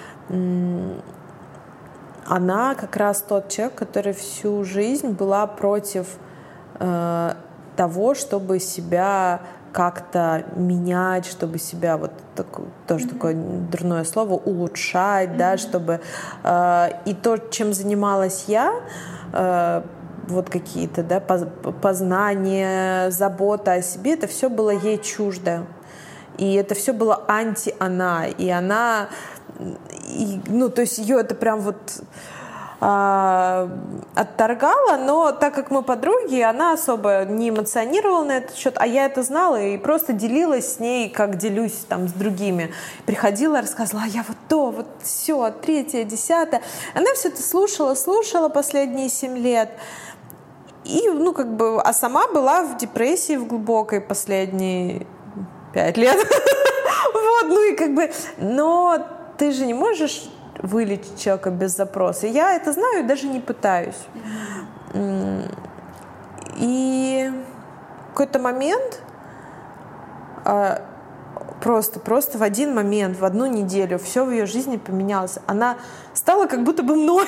она как раз тот человек, который всю жизнь была против э, того, чтобы себя как-то менять, чтобы себя, вот так, тоже mm-hmm. такое дурное слово, улучшать, mm-hmm. да, чтобы... Э, и то, чем занималась я, э, вот какие-то, да, познания, забота о себе, это все было ей чуждо. И это все было анти-она. И она... И, ну, то есть ее это прям вот а, отторгала, но так как мы подруги, она особо не эмоционировала на этот счет, а я это знала и просто делилась с ней, как делюсь там с другими. Приходила, рассказывала, а я вот то, вот все, третье, десятое. Она все это слушала, слушала последние семь лет. И, ну, как бы, а сама была в депрессии в глубокой последние пять лет. Вот, ну и как бы, но ты же не можешь вылечить человека без запроса. Я это знаю и даже не пытаюсь. И в какой-то момент, просто, просто в один момент, в одну неделю все в ее жизни поменялось. Она стала как будто бы мной.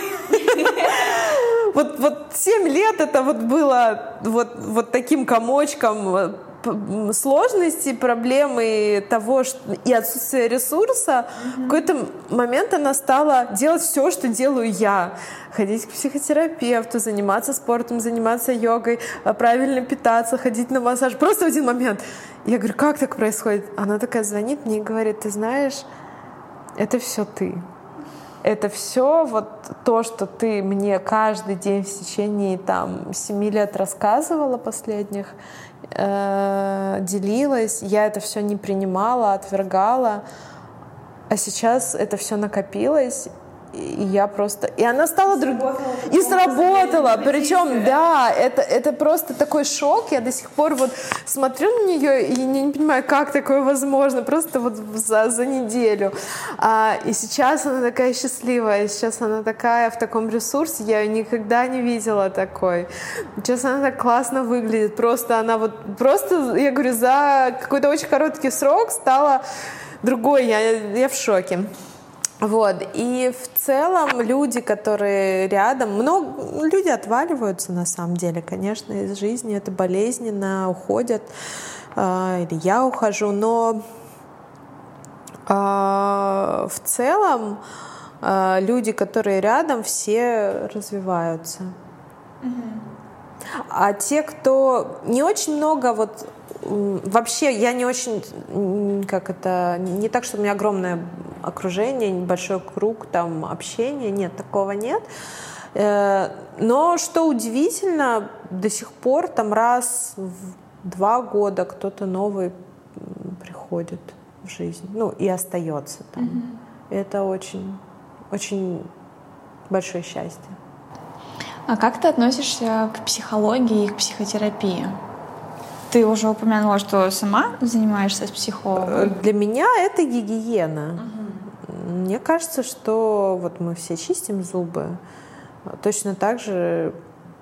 Вот, вот семь лет это вот было вот, вот таким комочком сложности, проблемы того, что и отсутствия ресурса. Mm-hmm. В какой-то момент она стала делать все, что делаю я. Ходить к психотерапевту, заниматься спортом, заниматься йогой, правильно питаться, ходить на массаж. Просто в один момент. Я говорю, как так происходит? Она такая звонит мне и говорит, ты знаешь, это все ты. Это все вот то, что ты мне каждый день в течение там семи лет рассказывала последних, э, делилась. Я это все не принимала, отвергала. А сейчас это все накопилось. И я просто... И она стала другой. И сработала. Причем, да, это, это просто такой шок. Я до сих пор вот смотрю на нее и не, не понимаю, как такое возможно. Просто вот за, за неделю. А, и сейчас она такая счастливая. Сейчас она такая в таком ресурсе. Я ее никогда не видела такой. Сейчас она так классно выглядит. Просто она вот... Просто, я говорю, за какой-то очень короткий срок стала другой. Я, я в шоке. Вот. И в целом люди, которые рядом, много, люди отваливаются на самом деле, конечно, из жизни, это болезненно, уходят, э, или я ухожу, но э, в целом э, люди, которые рядом, все развиваются. Mm-hmm. А те, кто не очень много вот вообще я не очень, как это, не так, что у меня огромное окружение, небольшой круг там общения, нет, такого нет. Но что удивительно, до сих пор там раз в два года кто-то новый приходит в жизнь, ну и остается там. Mm-hmm. Это очень, очень большое счастье. А как ты относишься к психологии и к психотерапии? Ты уже упомянула, что сама занимаешься с психологом. Для меня это гигиена. Uh-huh. Мне кажется, что вот мы все чистим зубы. Точно так же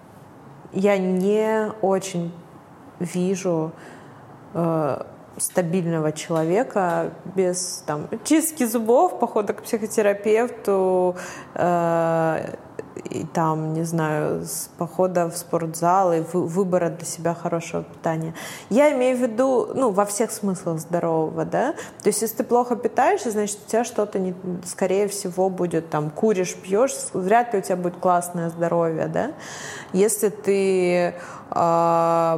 я не очень вижу э, стабильного человека без там, чистки зубов, похода к психотерапевту, э, и там, не знаю, с похода в спортзал и выбора для себя хорошего питания. Я имею в виду, ну, во всех смыслах здорового, да. То есть, если ты плохо питаешься, значит, у тебя что-то, не, скорее всего, будет там, куришь, пьешь, вряд ли у тебя будет классное здоровье, да. Если ты... Э,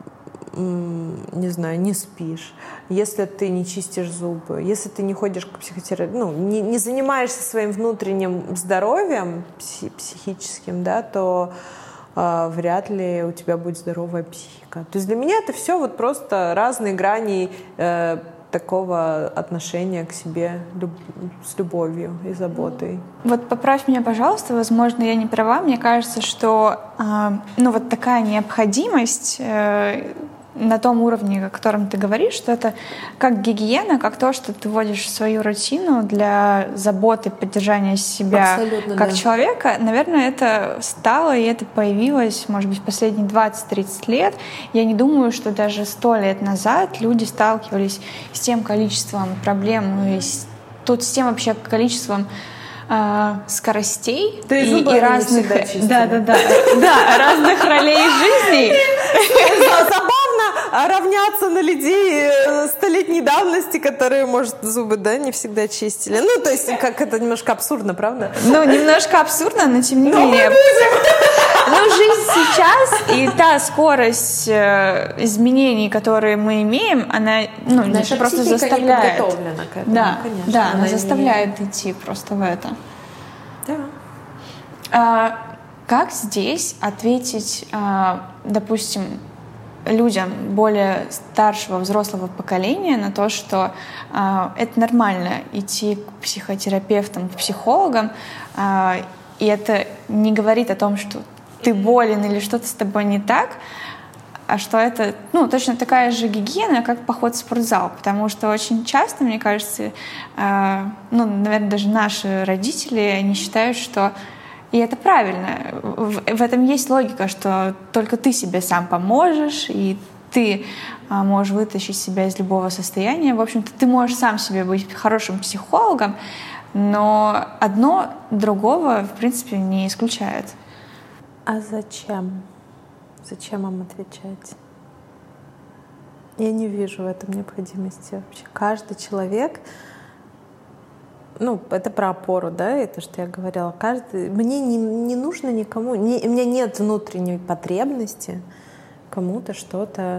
не знаю, не спишь, если ты не чистишь зубы, если ты не ходишь к психотерапевту, ну, не, не занимаешься своим внутренним здоровьем пси- психическим, да, то э, вряд ли у тебя будет здоровая психика. То есть для меня это все вот просто разные грани э, такого отношения к себе люб- с любовью и заботой. Вот поправь меня, пожалуйста, возможно, я не права, мне кажется, что э, ну, вот такая необходимость э, на том уровне, о котором ты говоришь, что это как гигиена, как то, что ты вводишь в свою рутину для заботы, поддержания себя Абсолютно, как да. человека. Наверное, это стало, и это появилось, может быть, в последние двадцать-тридцать лет. Я не думаю, что даже сто лет назад люди сталкивались с тем количеством проблем и с, тут с тем вообще количеством э, скоростей да и, и, и разных, да, да, да, да, разных ролей жизни. Забавно равняться на людей столетней давности, которые, может, зубы, да, не всегда чистили. Ну, то есть, как это немножко абсурдно, правда? Ну, немножко абсурдно, но тем не менее. Ну, жизнь сейчас и та скорость э, изменений, которые мы имеем, она, ну, наша просто психика заставляет. не подготовлена к этому, да, конечно. да, она она заставляет не... идти просто в это. Да. А, как здесь ответить, а, допустим, людям более старшего взрослого поколения на то, что а, это нормально идти к психотерапевтам, к психологам, а, и это не говорит о том, что ты болен или что-то с тобой не так, а что это, ну, точно такая же гигиена, как поход в спортзал, потому что очень часто, мне кажется, э, ну, наверное, даже наши родители, они считают, что, и это правильно, в, в этом есть логика, что только ты себе сам поможешь, и ты э, можешь вытащить себя из любого состояния, в общем-то, ты можешь сам себе быть хорошим психологом, но одно другого, в принципе, не исключает. А зачем? Зачем им отвечать? Я не вижу в этом необходимости вообще. Каждый человек, ну, это про опору, да, это что я говорила. Каждый, мне не, не нужно никому, не, у меня нет внутренней потребности кому-то что-то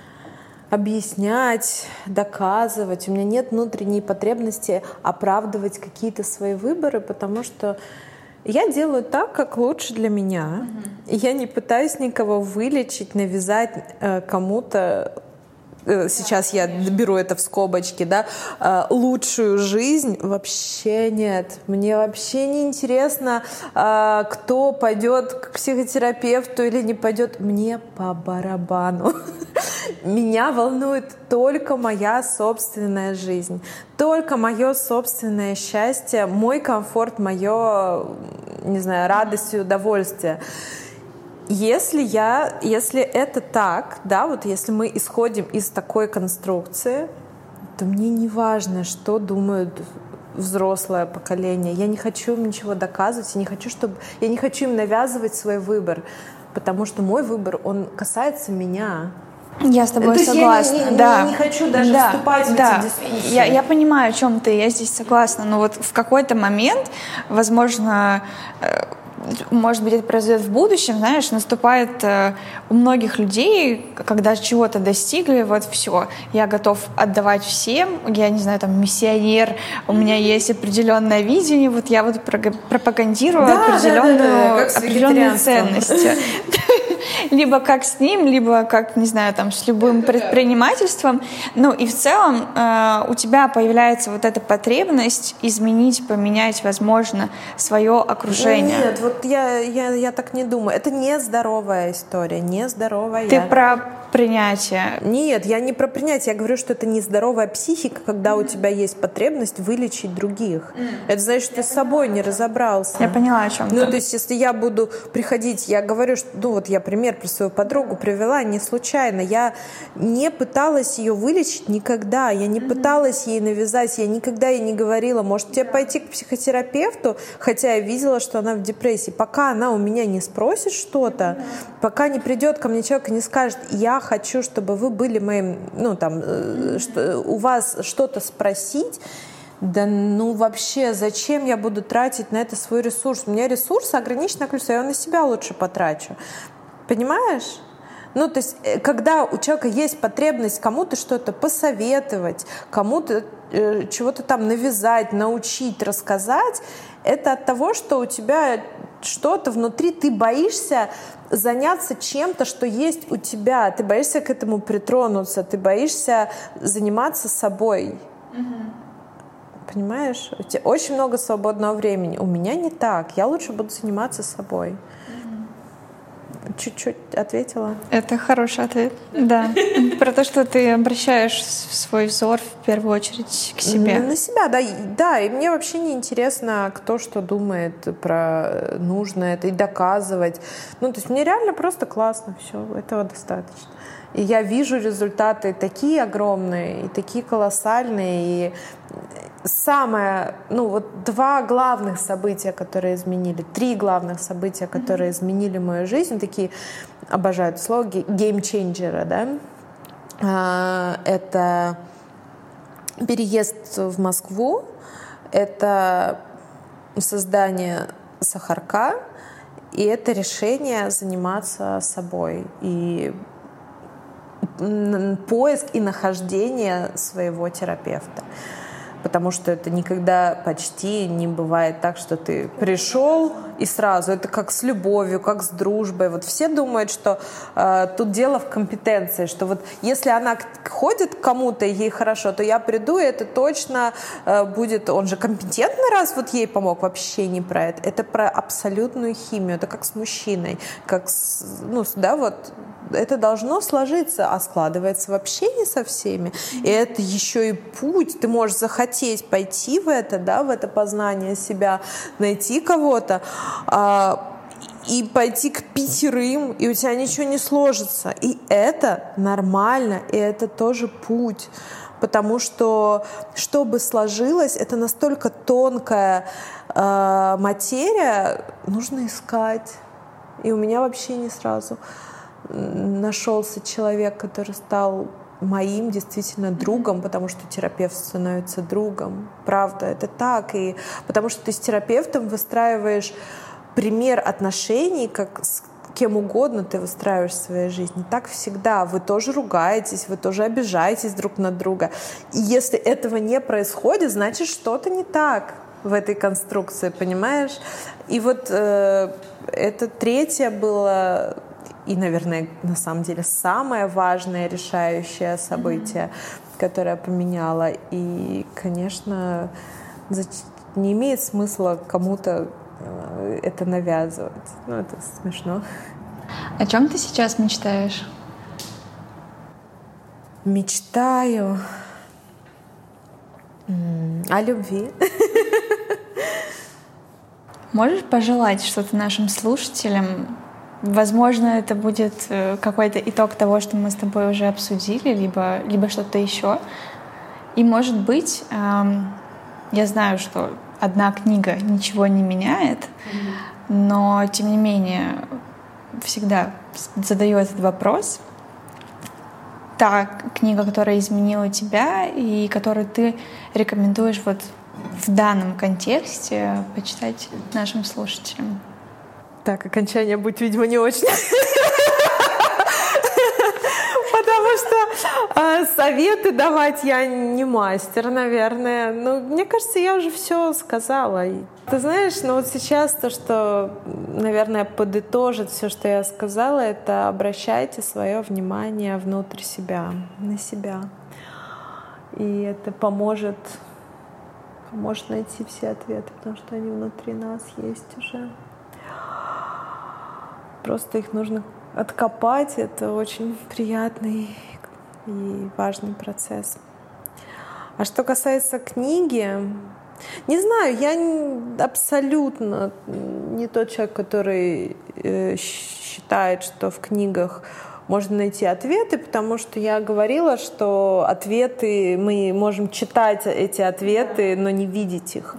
объяснять, доказывать. У меня нет внутренней потребности оправдывать какие-то свои выборы, потому что я делаю так, как лучше для меня. Uh-huh. Я не пытаюсь никого вылечить, навязать э, кому-то, э, сейчас да, я конечно. беру это в скобочки, да, э, лучшую жизнь. Вообще нет. Мне вообще не интересно, э, кто пойдет к психотерапевту или не пойдет. Мне по барабану. Меня волнует только моя собственная жизнь, только мое собственное счастье, мой комфорт, мое, не знаю, радость и удовольствие. Если я, если это так, да, вот если мы исходим из такой конструкции, то мне не важно, что думают взрослое поколение. Я не хочу им ничего доказывать, я не хочу, чтобы, я не хочу им навязывать свой выбор, потому что мой выбор, он касается меня. Я с тобой То согласна. Я не, да. не, не хочу даже да. вступать в да. эти дискуссии. Я, я понимаю, о чем ты, я здесь согласна. Но вот в какой-то момент, возможно, может быть, это произойдет в будущем, знаешь, наступает э, у многих людей, когда чего-то достигли, вот все, я готов отдавать всем, я не знаю, там, миссионер, у меня есть определенное видение, вот я вот пропагандирую да, определенную, да, да, да, определенные ценности. Либо как с ним, либо как, не знаю, там, с любым предпринимательством. Ну и в целом э, у тебя появляется вот эта потребность изменить, поменять, возможно, свое окружение. Нет, вот я, я, я так не думаю. Это нездоровая история, нездоровая. Ты про принятие. Нет, я не про принятие. Я говорю, что это нездоровая психика, когда mm-hmm. у тебя есть потребность вылечить других. Mm. Это значит, что ты с собой не разобрался. Я поняла, о чем Ну, ты. то есть, если я буду приходить, я говорю, что, ну, вот я пример пример про свою подругу привела не случайно. Я не пыталась ее вылечить никогда. Я не mm-hmm. пыталась ей навязать. Я никогда ей не говорила, может, тебе пойти к психотерапевту, хотя я видела, что она в депрессии. Пока она у меня не спросит что-то, mm-hmm. пока не придет ко мне человек и не скажет, я хочу, чтобы вы были моим, ну, там, mm-hmm. что, у вас что-то спросить, да ну вообще, зачем я буду тратить на это свой ресурс? У меня ресурсы ограниченное количество, я его на себя лучше потрачу. Понимаешь? Ну, то есть, когда у человека есть потребность кому-то что-то посоветовать, кому-то э, чего-то там навязать, научить, рассказать, это от того, что у тебя что-то внутри, ты боишься заняться чем-то, что есть у тебя, ты боишься к этому притронуться, ты боишься заниматься собой. Mm-hmm. Понимаешь? У тебя очень много свободного времени. У меня не так. Я лучше буду заниматься собой. Mm-hmm. Чуть-чуть ответила. Это хороший ответ. Да. Про то, что ты обращаешь свой взор в первую очередь к себе. На себя, да. Да, и мне вообще не интересно, кто что думает про нужно это и доказывать. Ну, то есть мне реально просто классно. Все, этого достаточно. И я вижу результаты такие огромные и такие колоссальные. И самое, ну вот два главных события, которые изменили, три главных события, которые mm-hmm. изменили мою жизнь, такие, обожаю это слово, геймчейнджеры, да. Это переезд в Москву, это создание Сахарка, и это решение заниматься собой. И поиск и нахождение своего терапевта. Потому что это никогда почти не бывает так, что ты пришел и сразу. Это как с любовью, как с дружбой. Вот все думают, что э, тут дело в компетенции, что вот если она ходит к кому-то и ей хорошо, то я приду, и это точно э, будет... Он же компетентный, раз вот ей помог. Вообще не про это. Это про абсолютную химию. Это как с мужчиной. Как с, ну, да, вот... Это должно сложиться, а складывается вообще не со всеми. И это еще и путь. Ты можешь захотеть пойти в это, да, в это познание себя, найти кого-то, а, и пойти к пятерым, и у тебя ничего не сложится. И это нормально, и это тоже путь. Потому что, чтобы сложилось, это настолько тонкая э, материя, нужно искать. И у меня вообще не сразу нашелся человек, который стал моим действительно другом, потому что терапевт становится другом. Правда, это так. И потому что ты с терапевтом выстраиваешь пример отношений, как с кем угодно ты выстраиваешь в своей жизни. Так всегда. Вы тоже ругаетесь, вы тоже обижаетесь друг на друга. И если этого не происходит, значит, что-то не так в этой конструкции, понимаешь? И вот э, это третье было... И, наверное, на самом деле самое важное, решающее событие, mm-hmm. которое поменяло. И, конечно, не имеет смысла кому-то это навязывать. Ну, это смешно. О чем ты сейчас мечтаешь? Мечтаю о любви. Можешь пожелать что-то нашим слушателям? Возможно, это будет какой-то итог того, что мы с тобой уже обсудили, либо, либо что-то еще. И, может быть, эм, я знаю, что одна книга ничего не меняет, mm-hmm. но, тем не менее, всегда задаю этот вопрос. Та книга, которая изменила тебя и которую ты рекомендуешь вот в данном контексте почитать нашим слушателям. Так, окончание будет, видимо, не очень. Потому что э, советы давать я не мастер, наверное. Но мне кажется, я уже все сказала. И, ты знаешь, ну вот сейчас то, что, наверное, подытожит все, что я сказала, это обращайте свое внимание внутрь себя, на себя. И это поможет, поможет найти все ответы, потому что они внутри нас есть уже. Просто их нужно откопать. Это очень приятный и важный процесс. А что касается книги, не знаю, я абсолютно не тот человек, который э, считает, что в книгах можно найти ответы, потому что я говорила, что ответы, мы можем читать эти ответы, но не видеть их.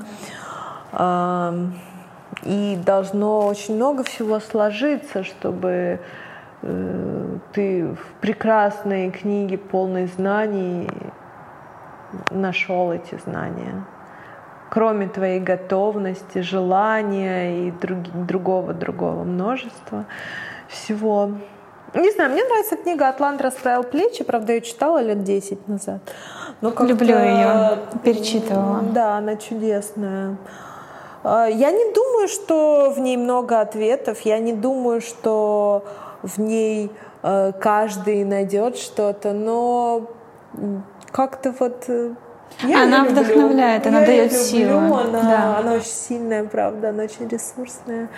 И должно очень много всего сложиться, чтобы ты в прекрасной книге, полной знаний, нашел эти знания. Кроме твоей готовности, желания и друг, другого другого множества всего. Не знаю, мне нравится книга «Атлант расправил плечи», правда, я читала лет десять назад. Но люблю ее, перечитывала. Да, она чудесная. Я не думаю, что в ней много ответов, я не думаю, что в ней каждый найдет что-то, но как-то вот... Я она люблю. вдохновляет, она я дает люблю. силу. Она, да. она очень сильная, правда, она очень ресурсная.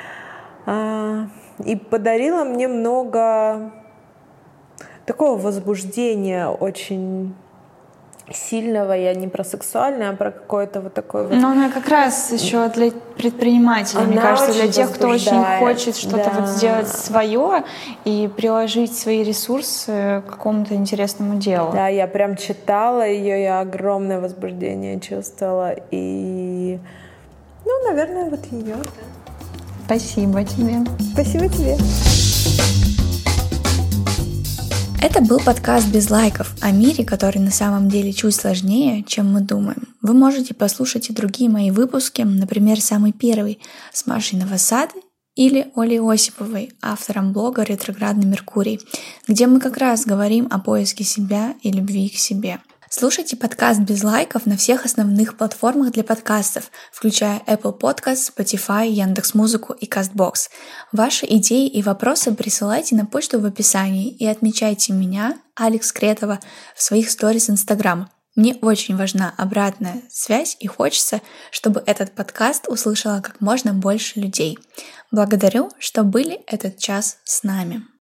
И подарила мне много такого возбуждения очень сильного. Я не про сексуальное, а про какое-то вот такое вот... Но она как раз еще для предпринимателей, она мне кажется, для тех, кто очень хочет что-то да. вот сделать свое и приложить свои ресурсы к какому-то интересному делу. Да, я прям читала ее, я огромное возбуждение чувствовала. И, ну, наверное, вот ее. Спасибо тебе. Спасибо тебе. Это был подкаст «Без лайков» о мире, который на самом деле чуть сложнее, чем мы думаем. Вы можете послушать и другие мои выпуски, например, самый первый с Машей Новосадой или Олей Осиповой, автором блога «Ретроградный Меркурий», где мы как раз говорим о поиске себя и любви к себе. Слушайте подкаст «Без лайков» на всех основных платформах для подкастов, включая Apple Podcasts, Spotify, Яндекс.Музыку и Castbox. Ваши идеи и вопросы присылайте на почту в описании и отмечайте меня, Алекс Кретова, в своих сторис Инстаграм. Мне очень важна обратная связь и хочется, чтобы этот подкаст услышало как можно больше людей. Благодарю, что были этот час с нами.